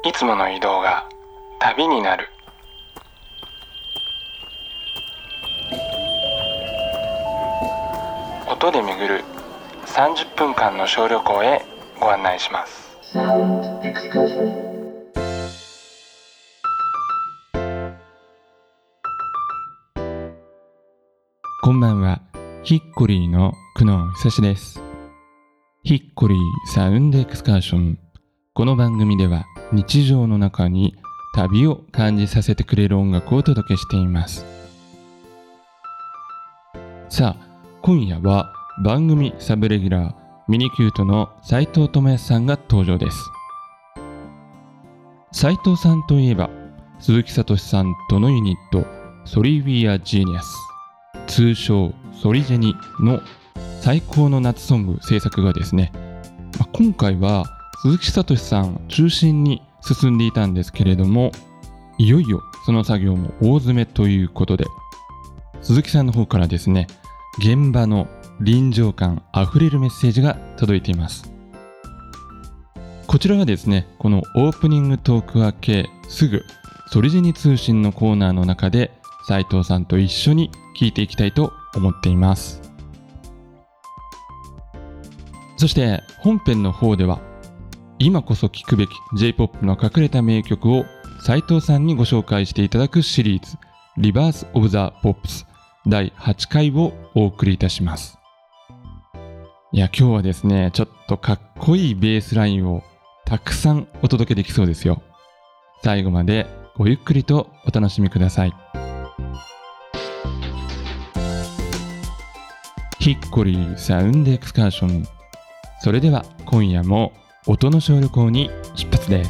いつもの移動が旅になる。音で巡る30分間の小旅行へご案内します。 こんばんは。ヒッコリーの久野久志です。ヒッコリーサウンドエクスカーション。この番組では日常の中に旅を感じさせてくれる音楽をお届けしています。さあ、今夜は番組サブレギュラーミニキュートの斉藤智康さんが登場です。斉藤さんといえば鈴木聡さんとのユニットソリウィアジーニアス、通称ソリジェニの最高の夏ソング制作がですね、今回は鈴木聡さん中心に進んでいたんですけれども、いよいよその作業も大詰めということで、鈴木さんの方からですね、現場の臨場感あふれるメッセージが届いています。こちらはですね、このオープニングトーク明けすぐソリジェニ通信のコーナーの中で斉藤さんと一緒に聞いていきたいと思っています。そして本編の方では今こそ聴くべき J-POP の隠れた名曲を斉藤さんにご紹介していただくシリーズリバースオブザポップス第8回をお送りいたします。いや、今日はですね、ちょっとかっこいいベースラインをたくさんお届けできそうですよ。最後までごゆっくりとお楽しみください。ヒッコリーサウンドエクスカーション。それでは今夜も音の小旅行に出発です。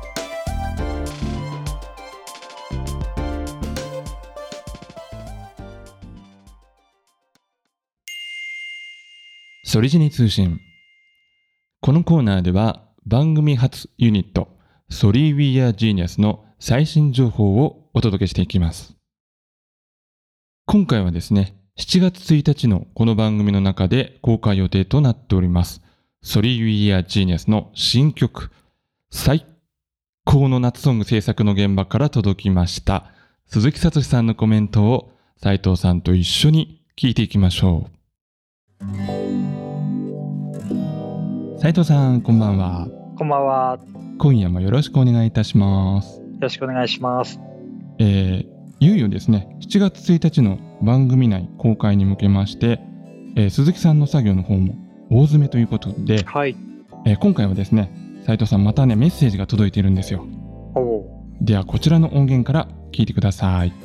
ソリジェニ通信。このコーナーでは番組初ユニットソリウィアジーニアスの最新情報をお届けしていきます。今回はですね、7月1日のこの番組の中で公開予定となっておりますソリウィアジーニアスの新曲最高の夏ソング制作の現場から届きました鈴木聡さんのコメントを斉藤さんと一緒に聞いていきましょう。斉藤さん、こんばんは。 こんばんは。 今夜もよろしくお願いいたします。 よろしくお願いします。 いよいよですね、7月1日の番組内公開に向けまして、鈴木さんの作業の方も大詰めということで、 はい。 今回はですね、斉藤さんまたねメッセージが届いているんですよ。ではこちらの音源から聞いてください。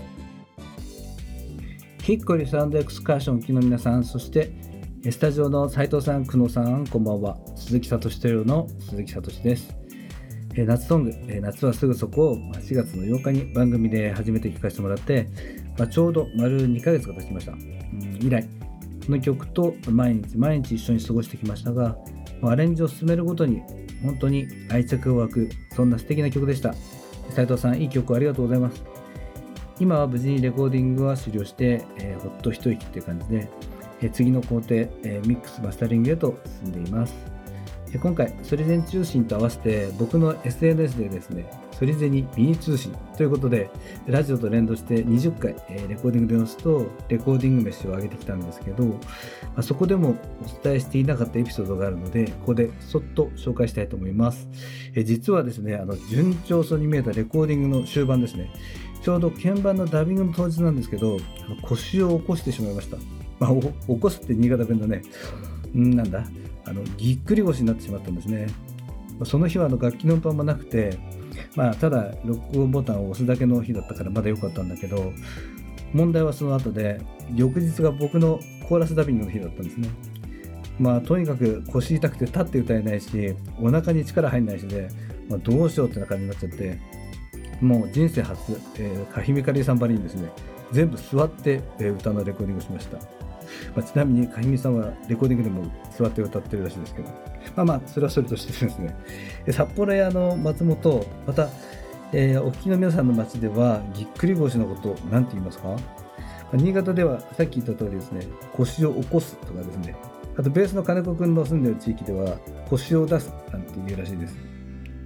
ヒッコリーサウンドエクスカーション機の皆さん、そしてスタジオの斉藤さん、久野さん、こんばんは。鈴木聡トリオの鈴木聡です。夏ソング、夏はすぐそこを4月の8日に番組で初めて聴かせてもらって、ちょうど丸2ヶ月が経ちました。以来この曲と毎日一緒に過ごしてきましたが、アレンジを進めるごとに本当に愛着が湧く、そんな素敵な曲でした。斉藤さん、いい曲ありがとうございます。今は無事にレコーディングは終了して、ほっと一息っていう感じで、次の工程、ミックスマスタリングへと進んでいます。今回ソリジェニ通信と合わせて僕の SNS でですね、ソリジェニミニ通信ということでラジオと連動して20回、レコーディングで載すとレコーディング飯を上げてきたんですけど、そこでもお伝えしていなかったエピソードがあるので、ここでそっと紹介したいと思います。実はですね、順調そうに見えたレコーディングの終盤ですね、ちょうど鍵盤のダビングの当日なんですけど、腰を起こしてしまいました。起こすって新潟弁だね。ぎっくり腰になってしまったんですね。その日は楽器の運搬もなくて、ただ録音ボタンを押すだけの日だったからまだ良かったんだけど、問題はその後で翌日が僕のコーラスダビングの日だったんですね。とにかく腰痛くて立って歌えないし、お腹に力入んないしで、どうしようってな感じになっちゃって、もう人生初、カヒミカリーさんばりにですね、全部座って、歌のレコーディングをしました。ちなみにカヒミさんはレコーディングでも座って歌ってるらしいですけど、それはそれとしてですね、札幌や松本、また、お聞きの皆さんの町ではぎっくり腰のこと何て言いますか？新潟ではさっき言った通りですね、腰を起こすとかですね、あとベースの金子くんの住んでる地域では腰を出すなんて言うらしいです。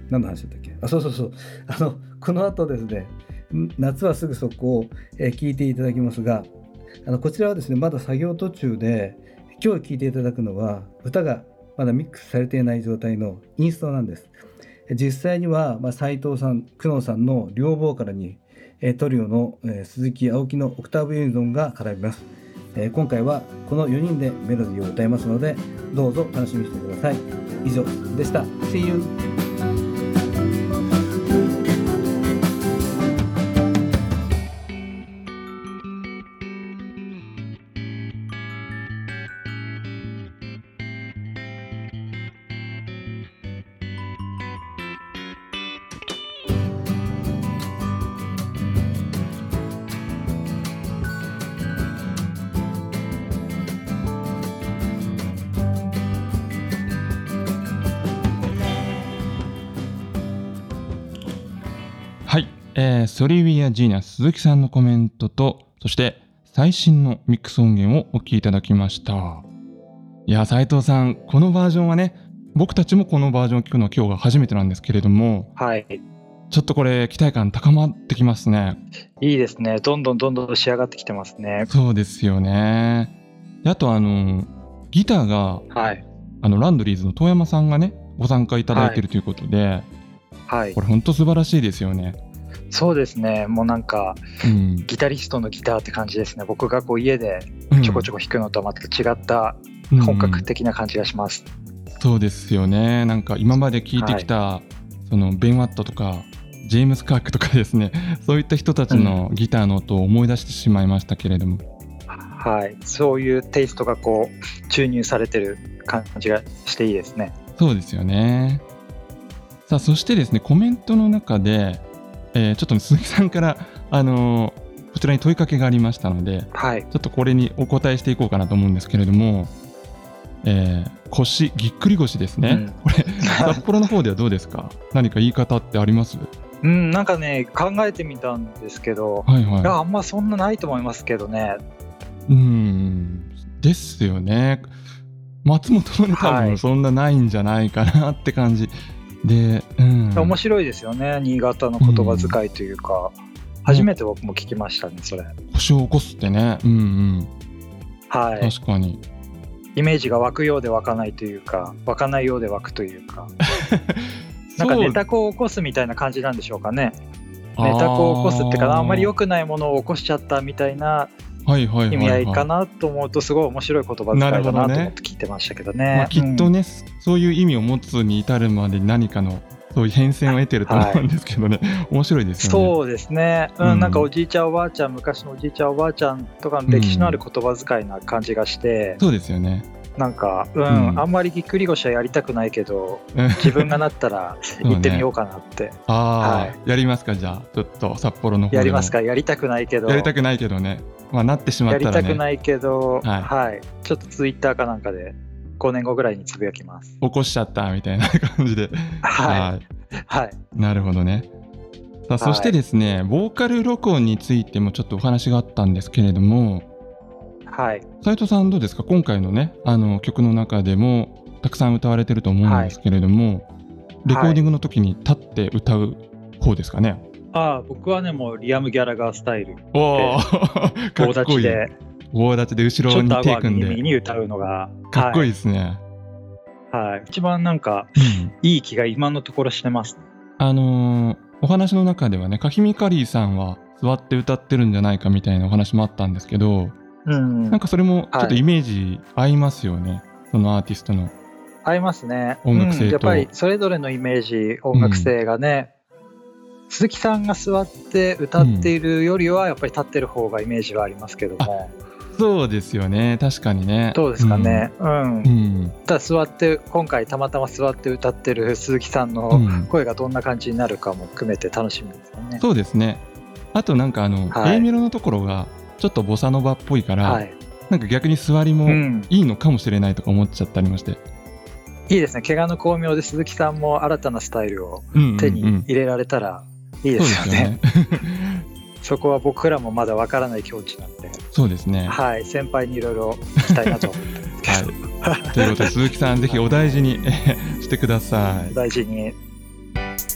何の話だったっけ。そうこの後ですね、夏はすぐそこを、聞いていただきますが、こちらはですねまだ作業途中で、今日聞いていただくのは歌がまだミックスされていない状態のインストなんです。実際には、斉藤さん、久能さんの両ボーカルに、トリオの、鈴木青木のオクターブユニゾンが絡みます。今回はこの4人でメロディーを歌いますので、どうぞ楽しみにしてください。以上でした。 See you。 ソリウィア・ジーニャス鈴木さんのコメントと、そして最新のミックス音源をお聴きいただきました。いや、斉藤さん、このバージョンはね、僕たちもこのバージョンを聴くのは今日が初めてなんですけれども、 はい。 ちょっとこれ期待感高まってきますね。 いいですね。どんどん仕上がってきてますね。 そうですよね。で、あとギターが、 はい、 ランドリーズの遠山さんがねご参加いただいているということで、 はい、 これ本当素晴らしいですよね。 そうですね。もうなんか、ギタリストのギターって感じですね。僕がこう家でちょこちょこ弾くのとはまた違った本格的な感じがします。 そうですよね。なんか今まで聴いてきた、そのベン・ワットとかジェームス・カークとかですね、そういった人たちのギターの音を思い出してしまいましたけれども、 はい、そういうテイストがこう注入されてる感じがしていいですね。 そうですよね。さあ、そしてですね、コメントの中でちょっと鈴木さんからこちらに問いかけがありましたので、 はい、 ちょっとこれにお答えしていこうかなと思うんですけれども、腰、ぎっくり腰ですね、これ札幌の方ではどうですか？何か言い方ってあります？ なんかね、考えてみたんですけど、あんまそんなないと思いますけどね。 ですよね。松本のね、多分そんなないんじゃないかなって感じで、 面白いですよね、新潟の言葉遣いというか、初めて僕も聞きましたね、それ。 腰を起こすってね、 はい、 確かにイメージが湧くようで湧かないというか、湧かないようで湧くというかなんかネタ子を起こすみたいな感じなんでしょうかね。ネタ子を起こすっていうか、あんまり良くないものを起こしちゃったみたいな意味合いかなと思うと、すごい面白い言葉遣いだなと思って聞いてましたけどね。 きっとね、そういう意味を持つに至るまで何かのそういう変遷を得てると思うんですけどね、面白いですよね。そうですね、 なんかおじいちゃんおばあちゃん、昔のおじいちゃんおばあちゃんとかの歴史のある言葉遣いな感じがして、 そうですよね。 なんか、あんまりぎっくり腰はやりたくないけど、自分がなったら行ってみようかなって。 やりますか？じゃあちょっと札幌の方でもやりますか？やりたくないけどね、なってしまったらね、 やりたくないけど、ちょっとツイッターかなんかで5年後ぐらいにつぶやきます。 起こしちゃったみたいな感じでなるほどね。さあ、そしてですね、ボーカル録音についてもちょっとお話があったんですけれども、斉藤さんどうですか？今回のね、曲の中でもたくさん歌われてると思うんですけれども、レコーディングの時に立って歌う方ですかね？ 僕はね、もうリアム・ギャラガースタイルで棒立ちで後ろに手組んで右に歌うのがかっこいいですね。 一番なんか、いい気が今のところしてます。 お話の中ではね、カヒミカリーさんは座って歌ってるんじゃないかみたいなお話もあったんですけど、なんかそれもちょっとイメージ合いますよね、そのアーティストの合いますね。 音楽性と、 やっぱりそれぞれのイメージ、音楽性がね、鈴木さんが座って歌っているよりはやっぱり立ってる方がイメージはありますけども、 そうですよね、確かにね。 どうですかね。ただ座って、今回たまたま座って歌ってる鈴木さんの声がどんな感じになるかも含めて楽しみですよね。 そうですね。あとなんかA メロのところがちょっとボサノバっぽいから、なんか逆に座りもいいのかもしれないとか思っちゃったりまして、 いいですね。怪我の巧妙で鈴木さんも新たなスタイルを手に入れられたらいいですよね。そこは僕らもまだわからない境地なんで。そうですね。先輩にいろいろ聞きたいなと思ってるんですけど。 ということで鈴木さん、ぜひお大事にしてください。 大事に。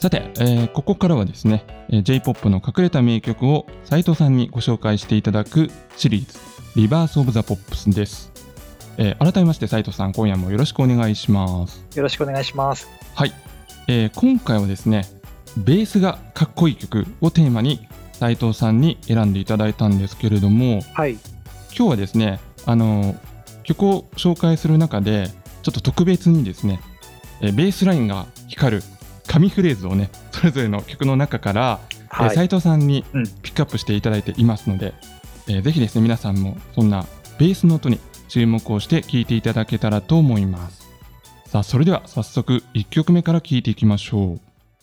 さて、ここからはですね、J-POP の隠れた名曲を斉藤さんにご紹介していただくシリーズリバースオブザポップスです。改めまして斉藤さん、今夜もよろしくお願いします。 よろしくお願いします。 はい、今回はですね、ベースがかっこいい曲をテーマに斉藤さんに選んでいただいたんですけれども、 はい、 今日はですね、曲を紹介する中でちょっと特別にですね、ベースラインが光る神フレーズをね、それぞれの曲の中から、斉藤さんにピックアップしていただいていますので、ぜひですね、皆さんもそんなベースの音に注目をして聴いていただけたらと思います。さあ、それでは早速1曲目から聴いていきましょう。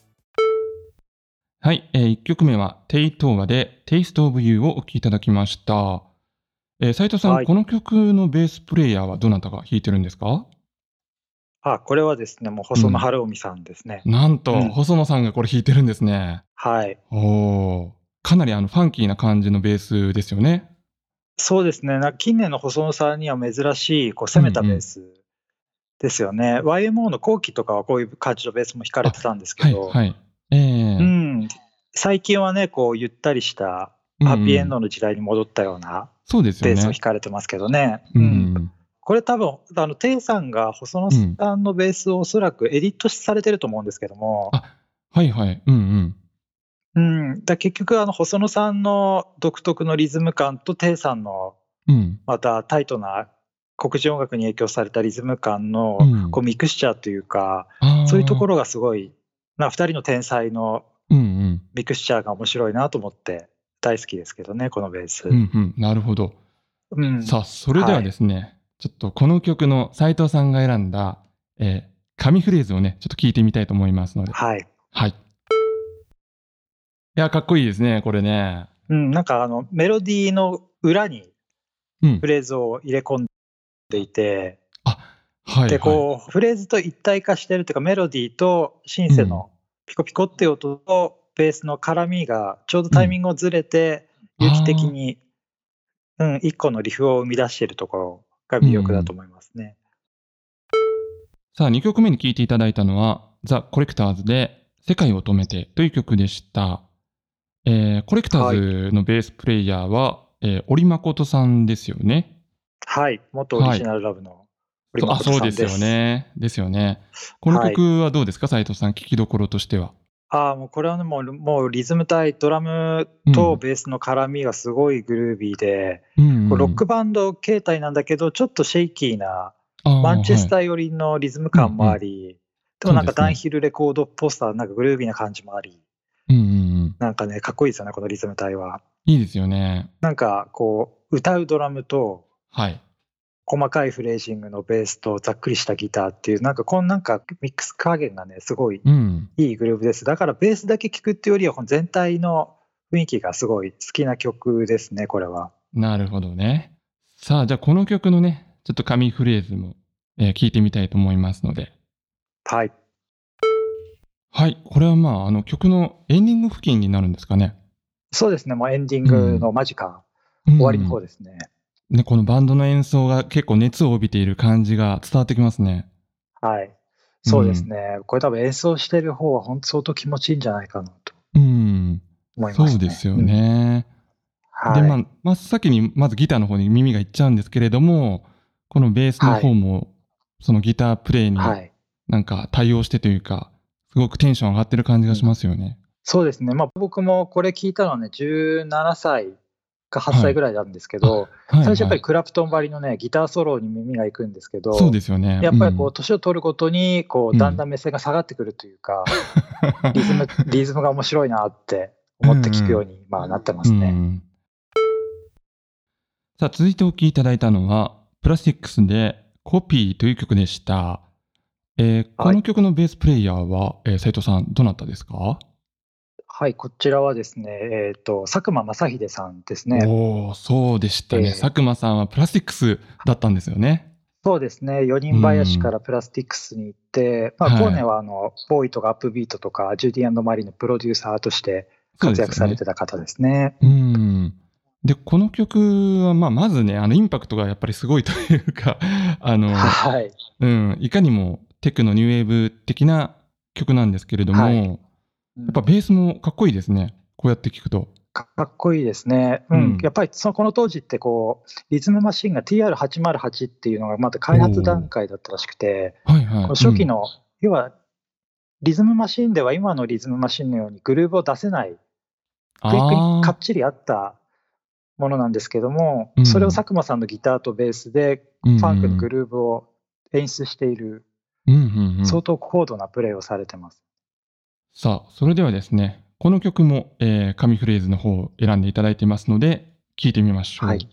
はい、1曲目はテイトーガで Taste of You をお聴きいただきました。斉藤さん、この曲のベースプレイヤーはどなたが弾いてるんですか？ これはですね、もう細野晴臣さんですね。 なんと、細野さんがこれ弾いてるんですね。 はい。 かなりファンキーな感じのベースですよね。 そうですね。近年の細野さんには珍しい攻めたベースですよね。YMO の後期とかはこういう感じのベースも弾かれてたんですけど、最近はね、こうゆったりしたハッピーエンドの時代に戻ったようなベースを弾かれてますけどね。これ多分テイさんが細野さんのベースをおそらくエディットされてると思うんですけども、だ結局細野さんの独特のリズム感とテイさんのまたタイトな黒人音楽に影響されたリズム感のこうミクスチャーというか、そういうところがすごい2人の天才のミクスチャーが面白いなと思って大好きですけどね、このベース。 なるほど。さあ、それではですね、ちょっとこの曲の斉藤さんが選んだ、神フレーズをね、ちょっと聞いてみたいと思いますので。はい。いや、かっこいいですね、これね。 なんかメロディーの裏にフレーズを入れ込んでいて、でこうフレーズと一体化してるというか、メロディーとシンセのピコピコっていう音とベースの絡みがちょうどタイミングをずれて、有機的に一個のリフを生み出しているところが魅力だと思いますね。 さあ、2曲目に聴いていただいたのはザ・コレクターズで世界を止めてという曲でした。コレクターズのベースプレイヤーは、折誠さんですよね。 はい、元オリジナルラブの折誠さんです。 そうですよね。ですよね。この曲はどうですか、斉藤さん、聴きどころとしては。 もうこれはね、もうリズム体、ドラムとベースの絡みがすごいグルービーで、ロックバンド形態なんだけど、ちょっとシェイキーなマンチェスター寄りのリズム感もあり、でもなんかダンヒルレコードポスター、なんかグルービーな感じもあり、なんかね、かっこいいですよね、このリズム体は。 いいですよね。 なんかこう歌うドラムと、細かいフレージングのベースとざっくりしたギターっていう、なんかミックス加減がね、すごいいいグルーヴです。だからベースだけ聴くっていうよりは、この全体の雰囲気がすごい好きな曲ですね、これは。 なるほどね。さあ、じゃあこの曲のね、ちょっと神フレーズも聞いてみたいと思いますので。はい、これは曲のエンディング付近になるんですかね。 そうですね、もうエンディングの間近、終わりの方ですね。 このバンドの演奏が結構熱を帯びている感じが伝わってきますね。 そうですね。これ多分演奏してる方は本当相当気持ちいいんじゃないかなと思いますね。 そうですよね。で、真っ先にまずギターの方に耳がいっちゃうんですけれども、このベースの方もそのギタープレイになんか対応してというか、すごくテンション上がってる感じがしますよね。 そうですね。僕もこれ聞いたのはね、17歳か8歳ぐらいなんですけど、最初やっぱりクラプトンばりのね、ギターソロに耳がいくんですけど、 そうですよね。 やっぱりこう年を取るごとにこうだんだん目線が下がってくるというか、リズムが面白いなって思って聞くようになってますね。 さあ、続いてお聴きいただいたのはプラスティックスでコピーという曲でした。この曲のベースプレイヤーは、斉藤さんどなたですか？ こちらはですね、佐久間正秀さんですね。 そうでしたね。佐久間さんはプラスティックスだったんですよね。 そうですね。4人林からプラスティックスに行って、後年はボーイとかアップビートとかジュディ&マリのプロデューサーとして活躍されてた方ですね。 で、この曲はまずね、インパクトがやっぱりすごいというか、いかにもテクノニューウェーブ的な曲なんですけれども、 っぱベースもかっこいいですね。こうやって聞くと。 かっこいいですね。やっぱりこの当時ってこうリズムマシンが TR808 っていうのがまだ開発段階だったらしくて、この初期の、要はリズムマシンでは今のリズムマシンのようにグルーブを出せない、クイックにかっちりあったものなんですけども、それを佐久間さんのギターとベースでファンクのグルーブを演出している、相当高度なプレイをされてます。 さあ、それではですね、この曲も、神フレーズの方を選んでいただいていますので、聴いてみましょう。はい。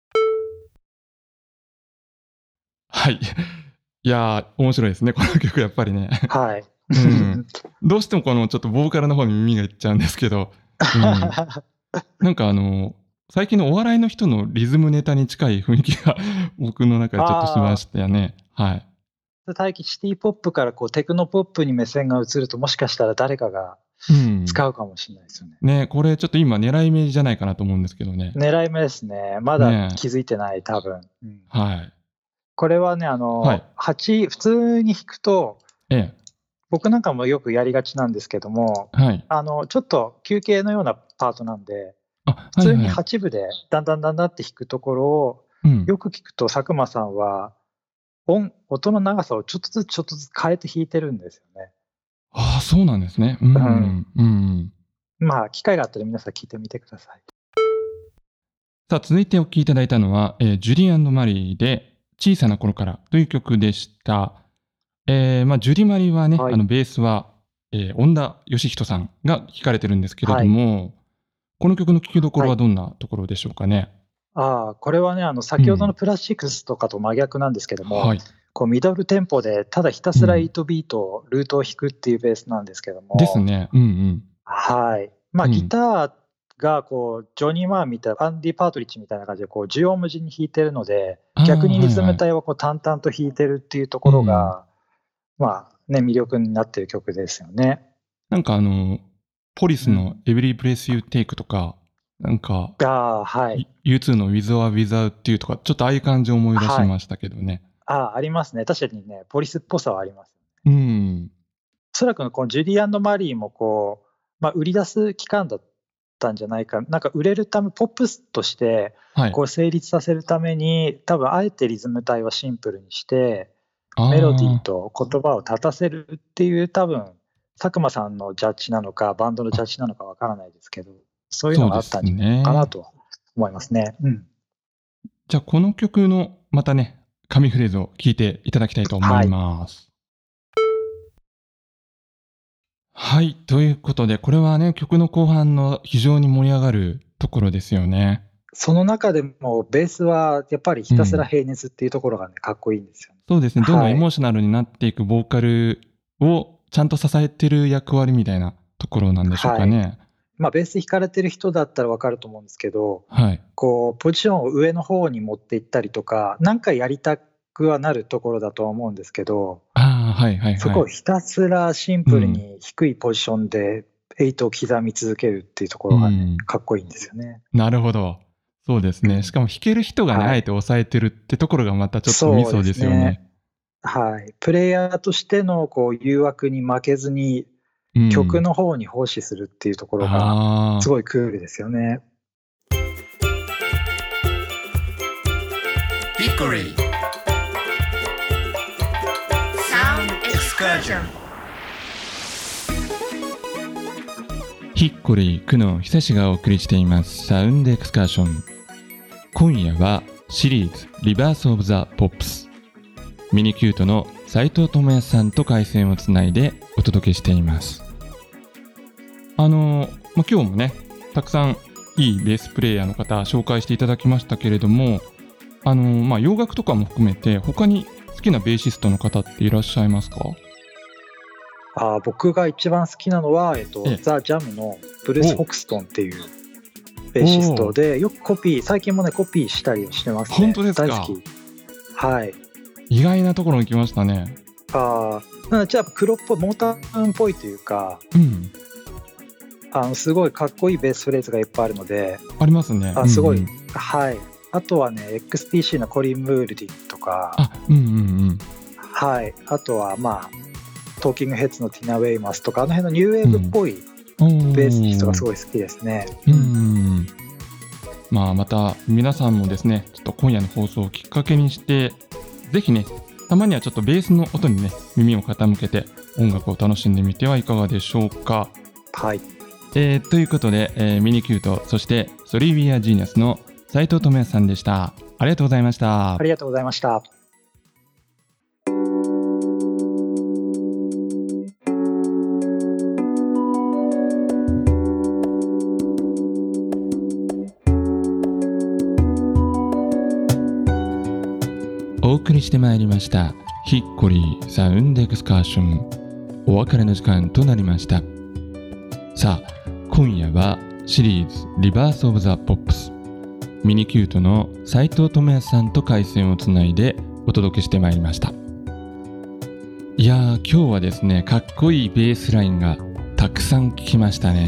はい。いやー、面白いですね、この曲やっぱりね。 はい。 どうしてもこのちょっとボーカルの方に耳がいっちゃうんですけど、なんか最近のお笑いの人のリズムネタに近い雰囲気が僕の中でちょっとしましたよね。はい。 最近シティポップからこうテクノポップに目線が移ると、もしかしたら誰かが使うかもしれないですよね。 ね、これちょっと今狙い目じゃないかなと思うんですけどね。 狙い目ですね。まだ気づいてない、多分。 はい。 これはね、8普通に弾くと、僕なんかもよくやりがちなんですけども、ちょっと休憩のようなパートなんで、普通に8部でだんだんって弾くところを、よく聞くと佐久間さんは音の長さをちょっとずつ変えて弾いてるんですよね。 ああ、そうなんですね。 まあ機会があったら皆さん聞いてみてください。 さあ、続いてお聴きいただいたのは、ジュディ&マリーで小さな頃からという曲でした。ジュディマリはね、ベースは、恩田義人さんが弾かれてるんですけれども、この曲の聴きどころはどんなところでしょうかね。 これはね、先ほどのプラスチックスとかと真逆なんですけども、こうミドルテンポでただひたすら8ビート、ルートを弾くっていうベースなんですけども。 ですね。 はい。ギターがこうジョニー・マーみたいな、アンディ・パートリッジみたいな感じでこう縦横無尽に弾いてるので、逆にリズム隊はこう淡々と弾いてるっていうところが、魅力になってる曲ですよね。 なんかポリスの Every Place You Take とか、なんか、U2 の With or Without You とか、ちょっとああいう感じを思い出しましたけどね。 ありますね。確かにね、ポリスっぽさはあります。おそらくこのジュディ&マリーもこう、売り出す期間だったんじゃないか。なんか売れるため、ポップスとしてこう成立させるために、多分あえてリズム体はシンプルにして、メロディーと言葉を立たせるっていう、多分佐久間さんのジャッジなのかバンドのジャッジなのかわからないですけど、そういうのがあったんじゃないかなと思いますね。 じゃあこの曲のまたね、神フレーズを聴いていただきたいと思います。はい、ということでこれはね、曲の後半の非常に盛り上がるところですよね。 その中でもベースはやっぱりひたすら平熱っていうところがね、かっこいいんですよね。 そうですね。どんどんエモーショナルになっていくボーカルをちゃんと支えてる役割みたいなところなんでしょうかね。 ベース弾かれてる人だったら分かると思うんですけど、こうポジションを上の方に持っていったりとか、何かやりたくはなるところだとは思うんですけど、そこをひたすらシンプルに低いポジションで8を刻み続けるっていうところがね、かっこいいんですよね。 なるほど。そうですね。しかも弾ける人がね、あえて抑えてるってところがまたちょっとミソですよね。 プレイヤーとしてのこう誘惑に負けずに、曲の方に奉仕するっていうところがすごいクールですよね。ヒッコリーサウンドエクスカーション。ヒッコリー久野久志がお送りしていますサウンドエクスカーション。今夜はシリーズリバースオブザポップス、ミニキュートの斉藤智也さんと回線をつないでお届けしています。今日もね、たくさんいいベースプレイヤーの方紹介していただきましたけれども、洋楽とかも含めて他に好きなベーシストの方っていらっしゃいますか？ 僕が一番好きなのは、ザ・ジャムのブルース・ホクストンっていうベーシストで、よく最近もねコピーしたりしてますね。 本当ですか？ 大好き。 意外なところに来ましたね。 じゃあ黒っぽい、モーターンっぽいというか、すごいかっこいいベースフレーズがいっぱいあるので。ありますね。 すごい。あとはね XTC のコリン・ムールディとか、あとはトーキングヘッズのティナ・ウェイマスとか、あの辺のニューウェーブっぽいベースリストがすごい好きですね。 また皆さんもですね、ちょっと今夜の放送をきっかけにして、ぜひね、たまにはちょっとベースの音にね、耳を傾けて音楽を楽しんでみてはいかがでしょうか。 はい。 ということで、ミニキュート、そしてソリービアジーニャスの斉藤智也さんでした。ありがとうございました。 ありがとうございました。 お送りしてまいりましたヒッコリーサウンドエクスカーション、お別れの時間となりました。さあ、今夜はシリーズリバースオブザポップス、ミニキュートの斉藤智也さんと回線をつないでお届けしてまいりました。いやー、今日はですね、かっこいいベースラインがたくさん聞きましたね。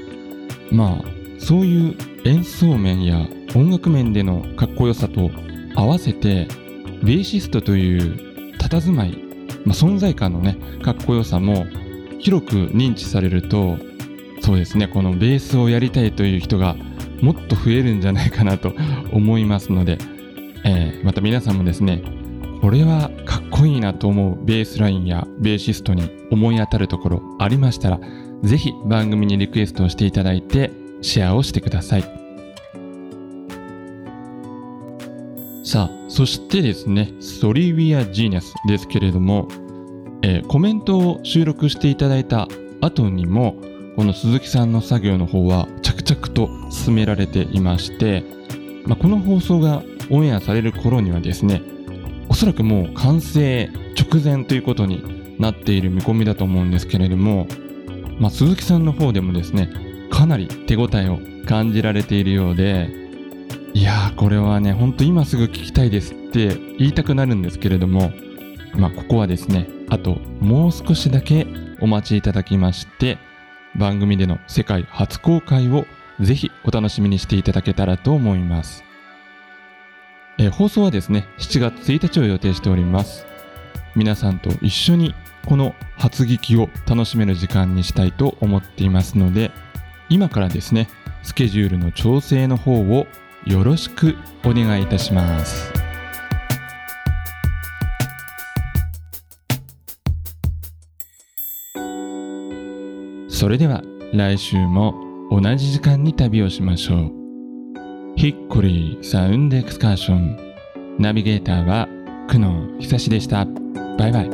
そういう演奏面や音楽面でのかっこよさと合わせて、ベーシストという佇まい、存在感のね、かっこよさも広く認知されると、そうですね、このベースをやりたいという人がもっと増えるんじゃないかなと思いますので、また皆さんもですね、これはかっこいいなと思うベースラインやベーシストに思い当たるところありましたら、ぜひ番組にリクエストをしていただいてシェアをしてください。さあ、そしてですね、ソリビアジーニャスですけれども、コメントを収録していただいた後にも、この鈴木さんの作業の方は着々と進められていまして、この放送がオンエアされる頃にはですね、おそらくもう完成直前ということになっている見込みだと思うんですけれども、鈴木さんの方でもですね、かなり手応えを感じられているようで、いやー、これはね、本当今すぐ聞きたいですって言いたくなるんですけれども、ここはですね、あともう少しだけお待ちいただきまして、番組での世界初公開をぜひお楽しみにしていただけたらと思います。放送はですね、7月1日を予定しております。皆さんと一緒にこの初聞きを楽しめる時間にしたいと思っていますので、今からですね、スケジュールの調整の方をよろしくお願いいたします。それでは来週も同じ時間に旅をしましょう。ヒッコリーサウンドエクスカーション、ナビゲーターは久野久志でした。バイバイ。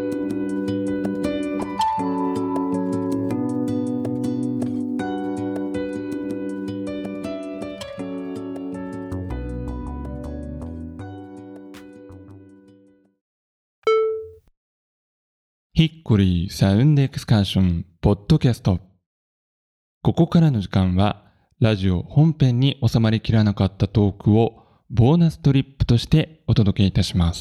ヒッコリーサウンドエクスカーションポッドキャスト。ここからの時間はラジオ本編に収まりきらなかったトークをボーナストリップとしてお届けいたします。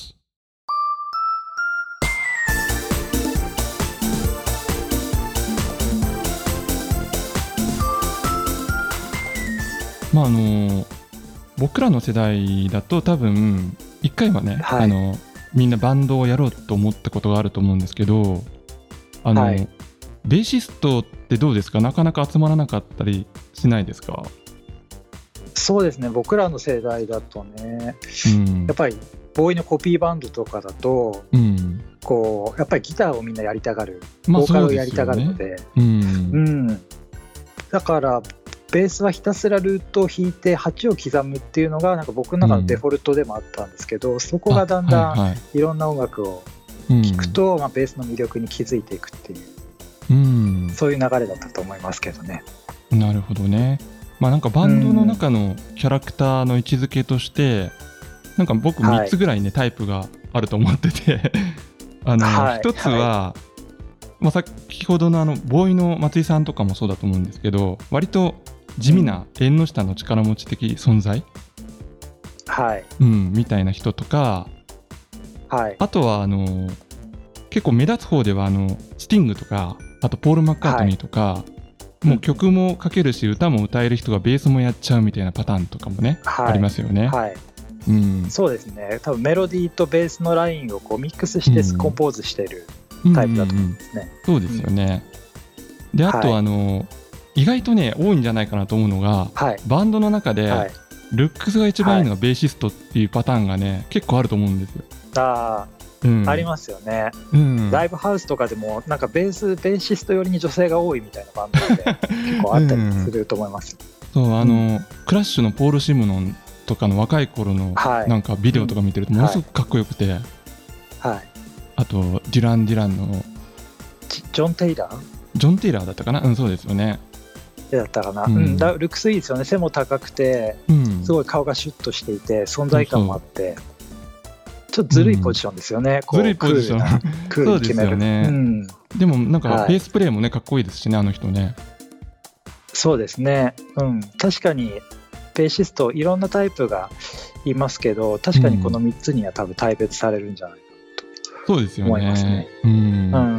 僕らの世代だと多分一回はね、みんなバンドをやろうと思ったことがあると思うんですけど、ベーシストってどうですか？なかなか集まらなかったりしないですか？ そうですね、僕らの世代だとね、やっぱりボーイのコピーバンドとかだと、こうやっぱりギターをみんなやりたがる、ボーカルをやりたがるので、だからベースはひたすらルートを弾いて8を刻むっていうのがなんか僕の中のデフォルトでもあったんですけど、そこがだんだんいろんな音楽を聴くと、ベースの魅力に気づいていくっていう、そういう流れだったと思いますけどね。 なるほどね。なんかバンドの中のキャラクターの位置づけとして、なんか僕3つぐらいね、タイプがあると思ってて一つは、先ほどのボーイの松井さんとかもそうだと思うんですけど、割と地味な縁の下の力持ち的存在、みたいな人とか、あとは結構目立つ方ではスティングとか、あとポール・マッカートニーとか、もう曲も書けるし歌も歌える人がベースもやっちゃうみたいなパターンとかもね、ありますよね。 そうですね、多分メロディーとベースのラインをこうミックスしてコンポーズしているタイプだと思うんですね。 そうですよね。 であと、 は意外とね多いんじゃないかなと思うのが、 はいバンドの中で、 はい、 ルックスが一番いいのがベーシストっていうパターンがね結構あると思うんですよ。 ありますよね、ライブハウスとかでもなんかベーシスト寄りに女性が多いみたいなバンドで結構あったりすると思います、 そうクラッシュのポール・シムノンとかの若い頃のなんかビデオとか見てるとものすごくかっこよくて、 はい、 あとデュランのジョン・テイラーだったかな、そうですよねだったかな、ルックスいいですよね。背も高くて、すごい顔がシュッとしていて存在感もあって、ちょっとずるいポジションですよね、こうずるいポジションクールに決める。 そうですよね、でもなんかベースプレイもねかっこいいですしね、あの人ね。 そうですね、確かにベーシストいろんなタイプがいますけど、確かにこの3つには多分大別されるんじゃないかと思いますね。 そうですよね、